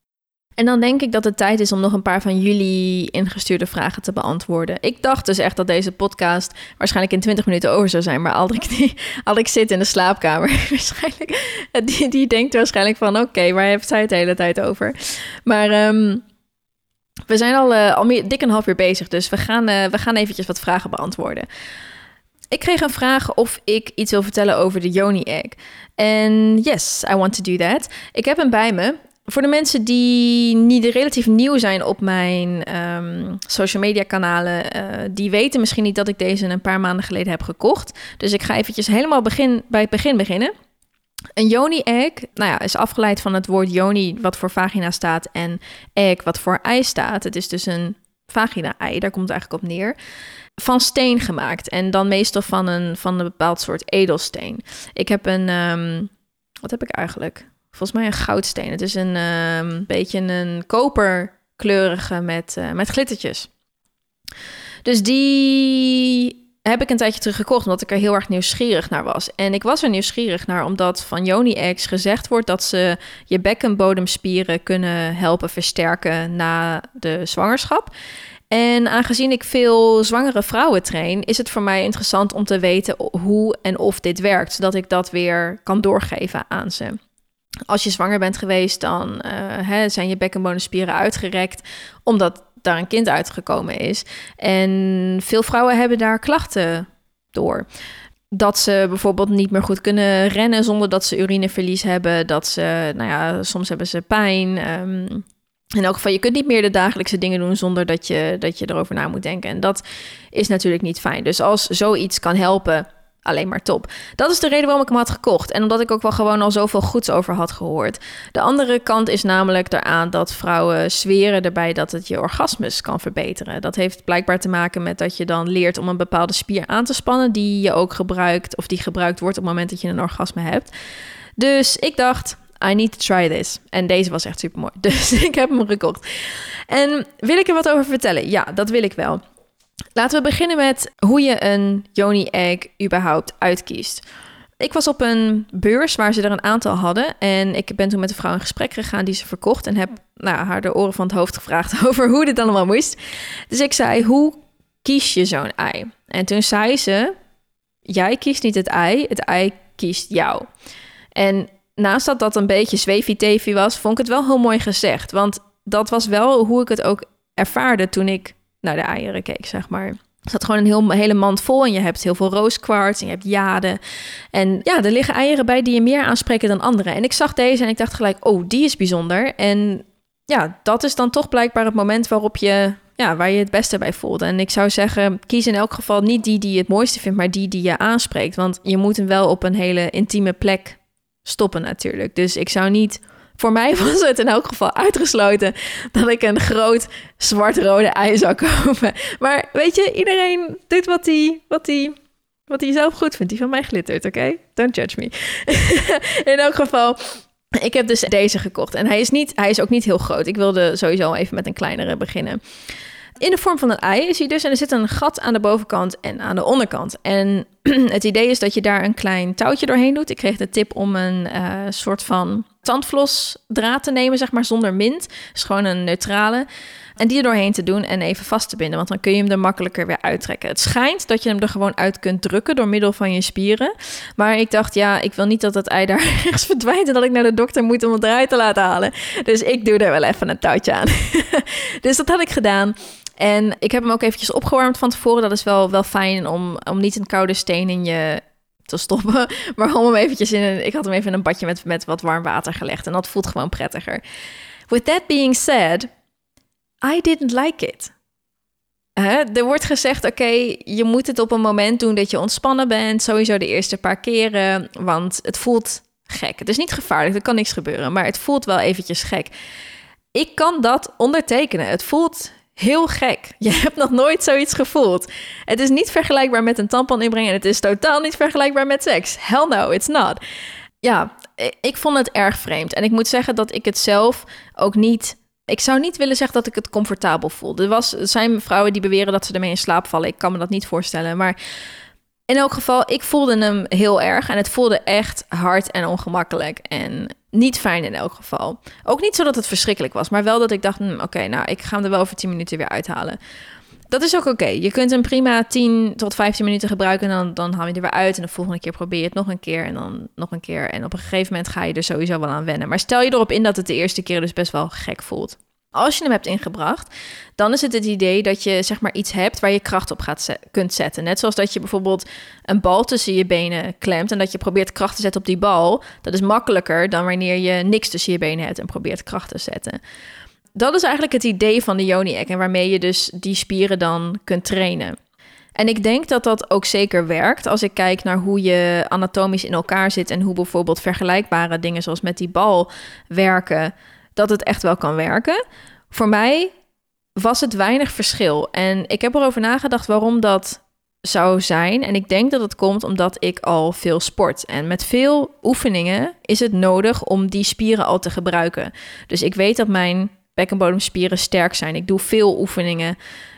En dan denk ik dat het tijd is om nog een paar van jullie ingestuurde vragen te beantwoorden. Ik dacht dus echt dat deze podcast waarschijnlijk in twintig minuten over zou zijn. Maar Aldrik, die, Aldrik zit in de slaapkamer. Waarschijnlijk, die, die denkt waarschijnlijk van oké, okay, waar heeft zij het de hele tijd over? Maar um, we zijn al, uh, al meer, dik een half uur bezig. Dus we gaan, uh, we gaan eventjes wat vragen beantwoorden. Ik kreeg een vraag of ik iets wil vertellen over de Yoni egg. En yes, I want to do that. Ik heb hem bij me. Voor de mensen die niet relatief nieuw zijn op mijn um, social media kanalen, uh, die weten misschien niet dat ik deze een paar maanden geleden heb gekocht. Dus ik ga eventjes helemaal begin, bij het begin beginnen. Een Yoni egg, nou ja, is afgeleid van het woord Yoni, wat voor vagina staat, en egg, wat voor ei staat. Het is dus een vagina-ei, daar komt het eigenlijk op neer. Van steen gemaakt en dan meestal van een, van een bepaald soort edelsteen. Ik heb een, um, wat heb ik eigenlijk? Volgens mij een goudsteen. Het is een um, beetje een koperkleurige met, uh, met glittertjes. Dus die heb ik een tijdje terug gekocht, omdat ik er heel erg nieuwsgierig naar was. En ik was er nieuwsgierig naar, omdat van Yoni eggs gezegd wordt dat ze je bekkenbodemspieren kunnen helpen versterken na de zwangerschap. En aangezien ik veel zwangere vrouwen train, is het voor mij interessant om te weten hoe en of dit werkt, zodat ik dat weer kan doorgeven aan ze. Als je zwanger bent geweest, dan uh, hè, zijn je bekkenbodemspieren uitgerekt, omdat daar een kind uitgekomen is. En veel vrouwen hebben daar klachten door. Dat ze bijvoorbeeld niet meer goed kunnen rennen zonder dat ze urineverlies hebben. Dat ze, nou ja, soms hebben ze pijn. Um, in elk geval, je kunt niet meer de dagelijkse dingen doen zonder dat je, dat je erover na moet denken. En dat is natuurlijk niet fijn. Dus als zoiets kan helpen, alleen maar top. Dat is de reden waarom ik hem had gekocht. En omdat ik ook wel gewoon al zoveel goeds over had gehoord. De andere kant is namelijk eraan dat vrouwen zweren erbij dat het je orgasmes kan verbeteren. Dat heeft blijkbaar te maken met dat je dan leert om een bepaalde spier aan te spannen die je ook gebruikt, of die gebruikt wordt op het moment dat je een orgasme hebt. Dus ik dacht, I need to try this. En deze was echt super mooi. Dus ik heb hem gekocht. En wil ik er wat over vertellen? Ja, dat wil ik wel. Laten we beginnen met hoe je een Yoni egg überhaupt uitkiest. Ik was op een beurs waar ze er een aantal hadden. En ik ben toen met een vrouw in gesprek gegaan die ze verkocht. En heb nou, haar de oren van het hoofd gevraagd over hoe dit allemaal moest. Dus ik zei, hoe kies je zo'n ei? En toen zei ze, jij kiest niet het ei, het ei kiest jou. En naast dat dat een beetje zweefie-teefie was, vond ik het wel heel mooi gezegd. Want dat was wel hoe ik het ook ervaarde toen ik naar de eieren keek, zeg maar. Er zat gewoon een heel, hele mand vol en je hebt heel veel rooskwarts en je hebt jade. En ja, er liggen eieren bij die je meer aanspreken dan andere. En ik zag deze en ik dacht gelijk, oh, die is bijzonder. En ja, dat is dan toch blijkbaar het moment waarop je, ja, waar je het beste bij voelt. En ik zou zeggen, kies in elk geval niet die die je het mooiste vindt, maar die die je aanspreekt. Want je moet hem wel op een hele intieme plek stoppen natuurlijk. Dus ik zou niet... Voor mij was het in elk geval uitgesloten dat ik een groot zwart-rode ei zou kopen. Maar weet je, iedereen doet wat hij wat hij, wat hij zelf goed vindt. Die van mij glittert, oké? Okay? Don't judge me. In elk geval, ik heb dus deze gekocht. En hij is, niet, hij is ook niet heel groot. Ik wilde sowieso even met een kleinere beginnen. In de vorm van een ei is hij dus. En er zit een gat aan de bovenkant en aan de onderkant. En het idee is dat je daar een klein touwtje doorheen doet. Ik kreeg de tip om een uh, soort van tandvlosdraad te nemen, zeg maar, zonder mint. Dus gewoon een neutrale. En die er doorheen te doen en even vast te binden. Want dan kun je hem er makkelijker weer uittrekken. Het schijnt dat je hem er gewoon uit kunt drukken door middel van je spieren. Maar ik dacht, ja, ik wil niet dat het ei daar ergens verdwijnt en dat ik naar de dokter moet om het eruit te laten halen. Dus ik doe er wel even een touwtje aan. Dus dat had ik gedaan. En ik heb hem ook eventjes opgewarmd van tevoren. Dat is wel, wel fijn om, om niet een koude steen in je te stoppen. Maar om hem eventjes in een... Ik had hem even in een badje met, met wat warm water gelegd. En dat voelt gewoon prettiger. With that being said, I didn't like it. Uh, er wordt gezegd, oké, okay, je moet het op een moment doen dat je ontspannen bent. Sowieso de eerste paar keren. Want het voelt gek. Het is niet gevaarlijk, er kan niks gebeuren. Maar het voelt wel eventjes gek. Ik kan dat ondertekenen. Het voelt heel gek. Je hebt nog nooit zoiets gevoeld. Het is niet vergelijkbaar met een tampon inbrengen. En het is totaal niet vergelijkbaar met seks. Hell no, it's not. Ja, ik vond het erg vreemd. En ik moet zeggen dat ik het zelf ook niet... Ik zou niet willen zeggen dat ik het comfortabel voelde. Er, was, er zijn vrouwen die beweren dat ze ermee in slaap vallen. Ik kan me dat niet voorstellen. Maar In elk geval, ik voelde hem heel erg en het voelde echt hard en ongemakkelijk en niet fijn in elk geval. Ook niet zo dat het verschrikkelijk was, maar wel dat ik dacht, hm, oké, okay, nou, ik ga hem er wel over tien minuten weer uithalen. Dat is ook oké. Okay. Je kunt hem prima tien tot vijftien minuten gebruiken en dan, dan haal je er weer uit. En de volgende keer probeer je het nog een keer en dan nog een keer. En op een gegeven moment ga je er sowieso wel aan wennen. Maar stel je erop in dat het de eerste keer dus best wel gek voelt. Als je hem hebt ingebracht, dan is het het idee dat je zeg maar iets hebt waar je kracht op gaat zet, kunt zetten. Net zoals dat je bijvoorbeeld een bal tussen je benen klemt en dat je probeert kracht te zetten op die bal. Dat is makkelijker dan wanneer je niks tussen je benen hebt en probeert kracht te zetten. Dat is eigenlijk het idee van de Yoni-egg en waarmee je dus die spieren dan kunt trainen. En ik denk dat dat ook zeker werkt als ik kijk naar hoe je anatomisch in elkaar zit en hoe bijvoorbeeld vergelijkbare dingen zoals met die bal werken, dat het echt wel kan werken. Voor mij was het weinig verschil. En ik heb erover nagedacht waarom dat zou zijn. En ik denk dat het komt omdat ik al veel sport. En met veel oefeningen is het nodig om die spieren al te gebruiken. Dus ik weet dat mijn bekkenbodemspieren sterk zijn. Ik doe veel oefeningen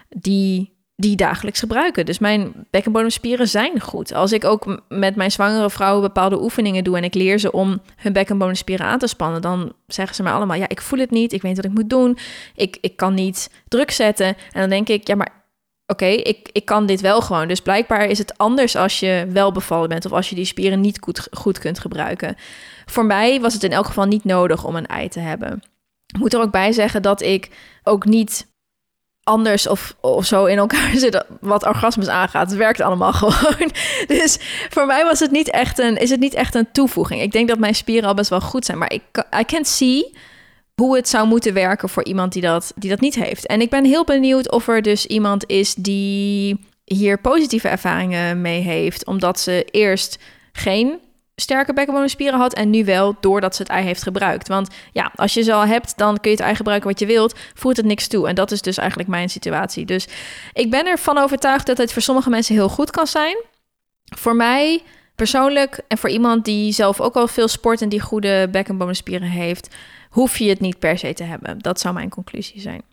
die, die dagelijks gebruiken. Dus mijn bekkenbodemspieren zijn goed. Als ik ook met mijn zwangere vrouwen bepaalde oefeningen doe en ik leer ze om hun bekkenbodemspieren aan te spannen, dan zeggen ze mij allemaal, ja, ik voel het niet, ik weet wat ik moet doen, ik, ik kan niet druk zetten. En dan denk ik, ja, maar oké, okay, ik, ik kan dit wel gewoon. Dus blijkbaar is het anders als je wel bevallen bent of als je die spieren niet goed, goed kunt gebruiken. Voor mij was het in elk geval niet nodig om een ei te hebben. Ik moet er ook bij zeggen dat ik ook niet anders of, of zo in elkaar zit wat orgasmes aangaat. Het werkt allemaal gewoon. Dus voor mij was het niet echt een, is het niet echt een toevoeging. Ik denk dat mijn spieren al best wel goed zijn. Maar ik I can't see hoe het zou moeten werken voor iemand die dat, die dat niet heeft. En ik ben heel benieuwd of er dus iemand is die hier positieve ervaringen mee heeft, omdat ze eerst geen sterke bekkenbodemspieren had en nu wel doordat ze het ei heeft gebruikt. Want ja, als je ze al hebt, dan kun je het ei gebruiken wat je wilt, voert het niks toe. En dat is dus eigenlijk mijn situatie. Dus ik ben ervan overtuigd dat het voor sommige mensen heel goed kan zijn. Voor mij persoonlijk en voor iemand die zelf ook al veel sport en die goede bekkenbodemspieren heeft, hoef je het niet per se te hebben. Dat zou mijn conclusie zijn.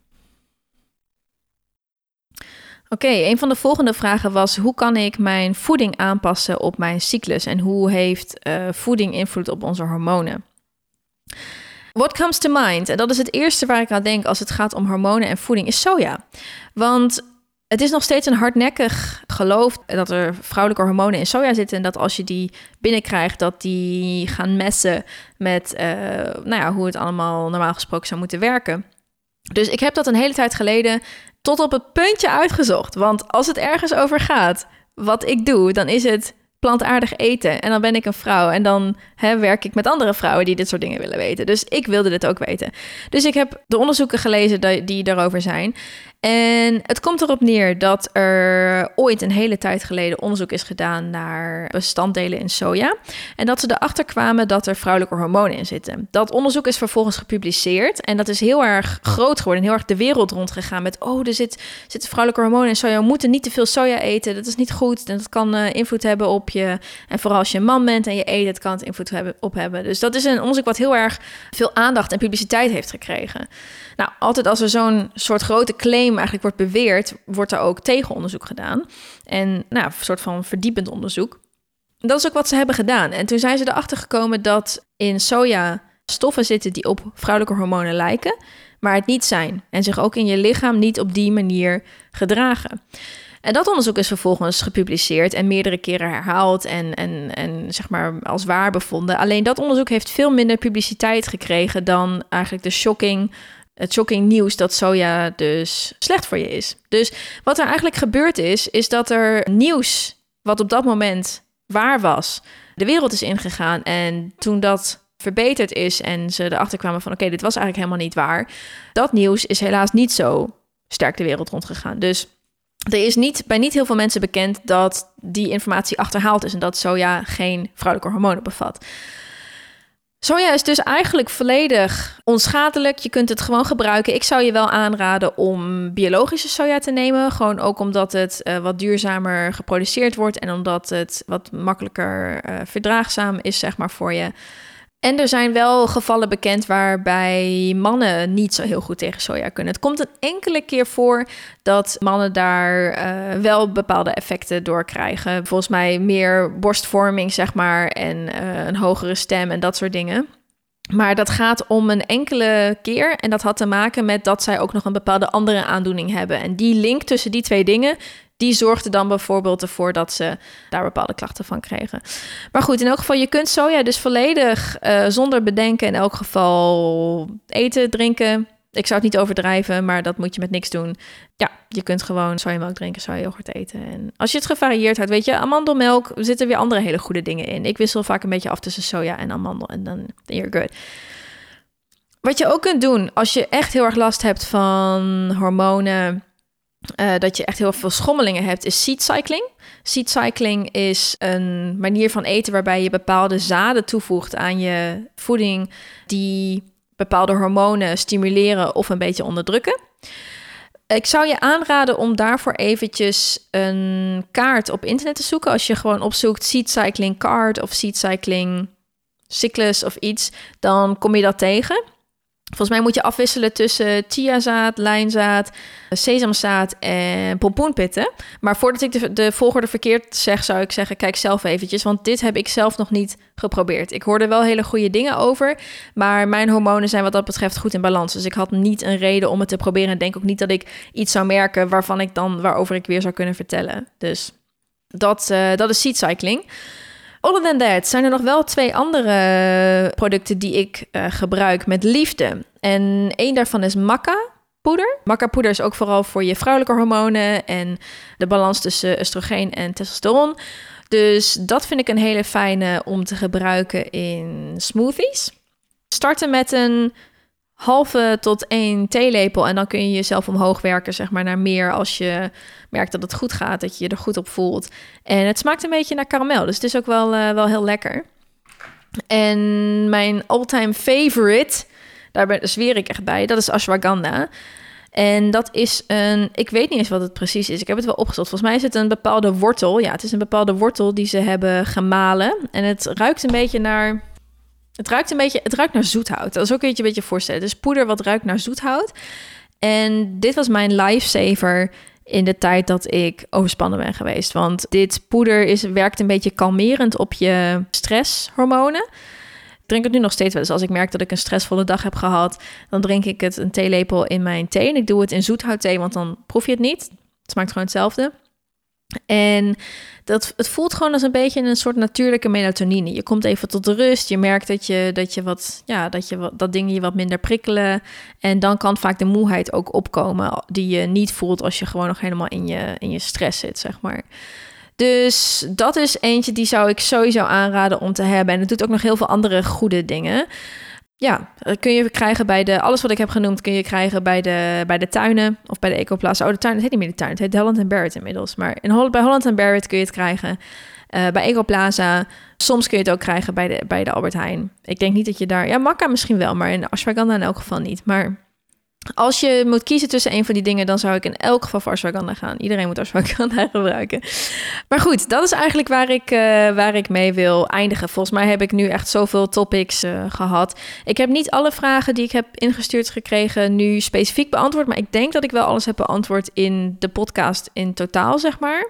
Oké, okay, een van de volgende vragen was, hoe kan ik mijn voeding aanpassen op mijn cyclus? En hoe heeft uh, voeding invloed op onze hormonen? What comes to mind? En dat is het eerste waar ik aan denk als het gaat om hormonen en voeding, is soja. Want het is nog steeds een hardnekkig geloof dat er vrouwelijke hormonen in soja zitten en dat als je die binnenkrijgt, dat die gaan messen met uh, nou ja, hoe het allemaal normaal gesproken zou moeten werken. Dus ik heb dat een hele tijd geleden tot op het puntje uitgezocht. Want als het ergens over gaat, wat ik doe, dan is het plantaardig eten. En dan ben ik een vrouw en dan hè, werk ik met andere vrouwen die dit soort dingen willen weten. Dus ik wilde dit ook weten. Dus ik heb de onderzoeken gelezen die daarover zijn. En het komt erop neer dat er ooit een hele tijd geleden onderzoek is gedaan naar bestanddelen in soja. En dat ze erachter kwamen dat er vrouwelijke hormonen in zitten. Dat onderzoek is vervolgens gepubliceerd. En dat is heel erg groot geworden en heel erg de wereld rondgegaan met, oh, er zit, zitten vrouwelijke hormonen in soja. We moeten niet te veel soja eten. Dat is niet goed. En dat kan uh, invloed hebben op je. En vooral als je een man bent en je eet, het kan het invloed hebben, op hebben. Dus dat is een onderzoek wat heel erg veel aandacht en publiciteit heeft gekregen. Nou, altijd als er zo'n soort grote claim eigenlijk wordt beweerd, wordt er ook tegenonderzoek gedaan. En nou, een soort van verdiepend onderzoek. Dat is ook wat ze hebben gedaan. En toen zijn ze erachter gekomen dat in soja stoffen zitten die op vrouwelijke hormonen lijken, maar het niet zijn. En zich ook in je lichaam niet op die manier gedragen. En dat onderzoek is vervolgens gepubliceerd en meerdere keren herhaald en, en, en zeg maar als waar bevonden. Alleen dat onderzoek heeft veel minder publiciteit gekregen dan eigenlijk de shocking, het shocking nieuws dat soja dus slecht voor je is. Dus wat er eigenlijk gebeurd is, is dat er nieuws wat op dat moment waar was, de wereld is ingegaan. En toen dat verbeterd is en ze erachter kwamen van oké, okay, dit was eigenlijk helemaal niet waar. Dat nieuws is helaas niet zo sterk de wereld rondgegaan. Dus er is niet, bij niet heel veel mensen bekend dat die informatie achterhaald is en dat soja geen vrouwelijke hormonen bevat. Soja is dus eigenlijk volledig onschadelijk. Je kunt het gewoon gebruiken. Ik zou je wel aanraden om biologische soja te nemen. Gewoon ook omdat het uh, wat duurzamer geproduceerd wordt en omdat het wat makkelijker uh, verdraagzaam is, zeg maar, voor je. En er zijn wel gevallen bekend waarbij mannen niet zo heel goed tegen soja kunnen. Het komt een enkele keer voor dat mannen daar uh, wel bepaalde effecten door krijgen. Volgens mij meer borstvorming, zeg maar, en uh, een hogere stem en dat soort dingen. Maar dat gaat om een enkele keer en dat had te maken met dat zij ook nog een bepaalde andere aandoening hebben. En die link tussen die twee dingen, die zorgde dan bijvoorbeeld ervoor dat ze daar bepaalde klachten van kregen. Maar goed, in elk geval, je kunt soja dus volledig uh, zonder bedenken in elk geval eten, drinken. Ik zou het niet overdrijven, maar dat moet je met niks doen. Ja, je kunt gewoon sojamelk drinken, sojayoghurt eten. En als je het gevarieerd houdt, weet je, amandelmelk, er zitten weer andere hele goede dingen in. Ik wissel vaak een beetje af tussen soja en amandel en dan you're good. Wat je ook kunt doen, als je echt heel erg last hebt van hormonen, Uh, dat je echt heel veel schommelingen hebt, is seed cycling. Seed cycling is een manier van eten waarbij je bepaalde zaden toevoegt aan je voeding die bepaalde hormonen stimuleren of een beetje onderdrukken. Ik zou je aanraden om daarvoor eventjes een kaart op internet te zoeken. Als je gewoon opzoekt seed cycling card of seed cycling cyclus of iets, dan kom je dat tegen. Volgens mij moet je afwisselen tussen chiazaad, lijnzaad, sesamzaad en pompoenpitten. Maar voordat ik de, de volgorde verkeerd zeg, zou ik zeggen, kijk zelf eventjes. Want dit heb ik zelf nog niet geprobeerd. Ik hoorde wel hele goede dingen over, maar mijn hormonen zijn wat dat betreft goed in balans. Dus ik had niet een reden om het te proberen. En denk ook niet dat ik iets zou merken waarvan ik dan, waarover ik weer zou kunnen vertellen. Dus dat, uh, dat is seed cycling. Other than that zijn er nog wel twee andere producten die ik uh, gebruik met liefde. En één daarvan is maca-poeder. Maca-poeder is ook vooral voor je vrouwelijke hormonen en de balans tussen oestrogeen en testosteron. Dus dat vind ik een hele fijne om te gebruiken in smoothies. Starten met een halve tot één theelepel en dan kun je jezelf omhoog werken, zeg maar, naar meer als je merkt dat het goed gaat, dat je je er goed op voelt. En het smaakt een beetje naar karamel, dus het is ook wel, uh, wel heel lekker. En mijn all-time favorite, daar ben, zweer ik echt bij, dat is ashwagandha. En dat is een, ik weet niet eens wat het precies is, ik heb het wel opgezocht. Volgens mij is het een bepaalde wortel, ja, het is een bepaalde wortel die ze hebben gemalen. En het ruikt een beetje naar... Het ruikt een beetje, het ruikt naar zoethout. Dat is ook een beetje, een beetje voorstellen. Dus poeder wat ruikt naar zoethout. En dit was mijn lifesaver in de tijd dat ik overspannen ben geweest. Want dit poeder is, werkt een beetje kalmerend op je stresshormonen. Ik drink het nu nog steeds wel eens. Als ik merk dat ik een stressvolle dag heb gehad, dan drink ik het een theelepel in mijn thee. En ik doe het in zoethoutthee, want dan proef je het niet. Het smaakt gewoon hetzelfde. En dat, het voelt gewoon als een beetje een soort natuurlijke melatonine. Je komt even tot rust. Je merkt dat je, dat je wat, ja, dat je wat, dat dingen je wat minder prikkelen. En dan kan vaak de moeheid ook opkomen die je niet voelt als je gewoon nog helemaal in je, in je stress zit, zeg maar. Dus dat is eentje die zou ik sowieso aanraden om te hebben. En het doet ook nog heel veel andere goede dingen. Ja, dat kun je krijgen bij de... Alles wat ik heb genoemd kun je krijgen bij de, bij de tuinen of bij de Ecoplaza. Oh, de tuin, het heet niet meer de tuin. Het heet Holland en Barrett inmiddels. Maar in Holland, bij Holland en Barrett kun je het krijgen. Uh, bij Ecoplaza. Soms kun je het ook krijgen bij de, bij de Albert Heijn. Ik denk niet dat je daar... Ja, maca misschien wel, maar in ashwagandha in elk geval niet. Maar als je moet kiezen tussen een van die dingen, dan zou ik in elk geval voor ashwagandha gaan. Iedereen moet ashwagandha gebruiken. Maar goed, dat is eigenlijk waar ik, uh, waar ik mee wil eindigen. Volgens mij heb ik nu echt zoveel topics uh, gehad. Ik heb niet alle vragen die ik heb ingestuurd gekregen nu specifiek beantwoord, maar ik denk dat ik wel alles heb beantwoord in de podcast in totaal, zeg maar.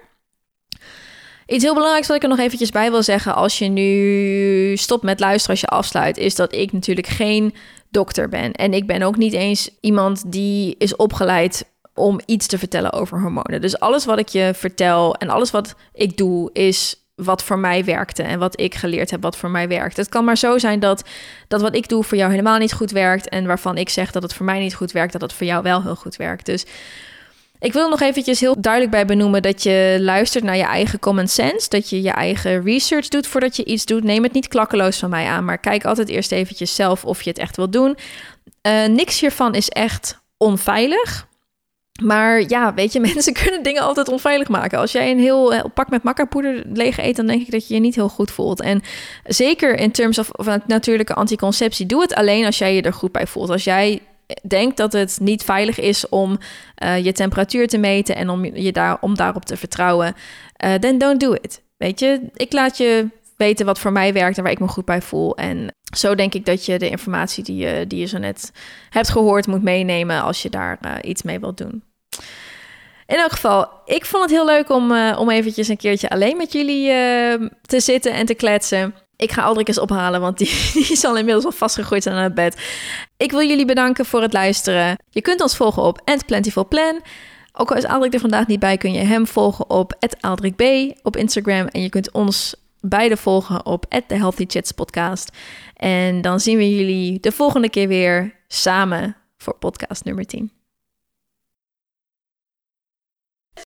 Iets heel belangrijks wat ik er nog eventjes bij wil zeggen als je nu stopt met luisteren, als je afsluit, is dat ik natuurlijk geen dokter ben. En ik ben ook niet eens iemand die is opgeleid om iets te vertellen over hormonen. Dus alles wat ik je vertel en alles wat ik doe is wat voor mij werkte en wat ik geleerd heb wat voor mij werkt. Het kan maar zo zijn dat, dat wat ik doe voor jou helemaal niet goed werkt en waarvan ik zeg dat het voor mij niet goed werkt, dat het voor jou wel heel goed werkt. Dus ik wil nog eventjes heel duidelijk bij benoemen dat je luistert naar je eigen common sense, dat je je eigen research doet voordat je iets doet. Neem het niet klakkeloos van mij aan, maar kijk altijd eerst eventjes zelf of je het echt wilt doen. Uh, niks hiervan is echt onveilig. Maar ja, weet je, mensen kunnen dingen altijd onveilig maken. Als jij een heel uh, pak met maca-poeder leeg eet, dan denk ik dat je je niet heel goed voelt. En zeker in terms of, of natuurlijke anticonceptie, doe het alleen als jij je er goed bij voelt. Als jij denkt dat het niet veilig is om uh, je temperatuur te meten en om, je daar, om daarop te vertrouwen, then uh, don't do it. Weet je, ik laat je weten wat voor mij werkt en waar ik me goed bij voel. En Zo denk ik dat je de informatie die je, die je zo net hebt gehoord moet meenemen als je daar uh, iets mee wilt doen. In elk geval, ik vond het heel leuk om, uh, om eventjes een keertje alleen met jullie uh, te zitten en te kletsen. Ik ga Aldrik eens ophalen, want die, die is al inmiddels al vastgegroeid aan het bed. Ik wil jullie bedanken voor het luisteren. Je kunt ons volgen op at plentifulplan. Ook al is Aldrik er vandaag niet bij, kun je hem volgen op at aldrikb op Instagram. En je kunt ons beide volgen op at The Healthy Chats Podcast. En dan zien we jullie de volgende keer weer samen voor podcast nummer tien.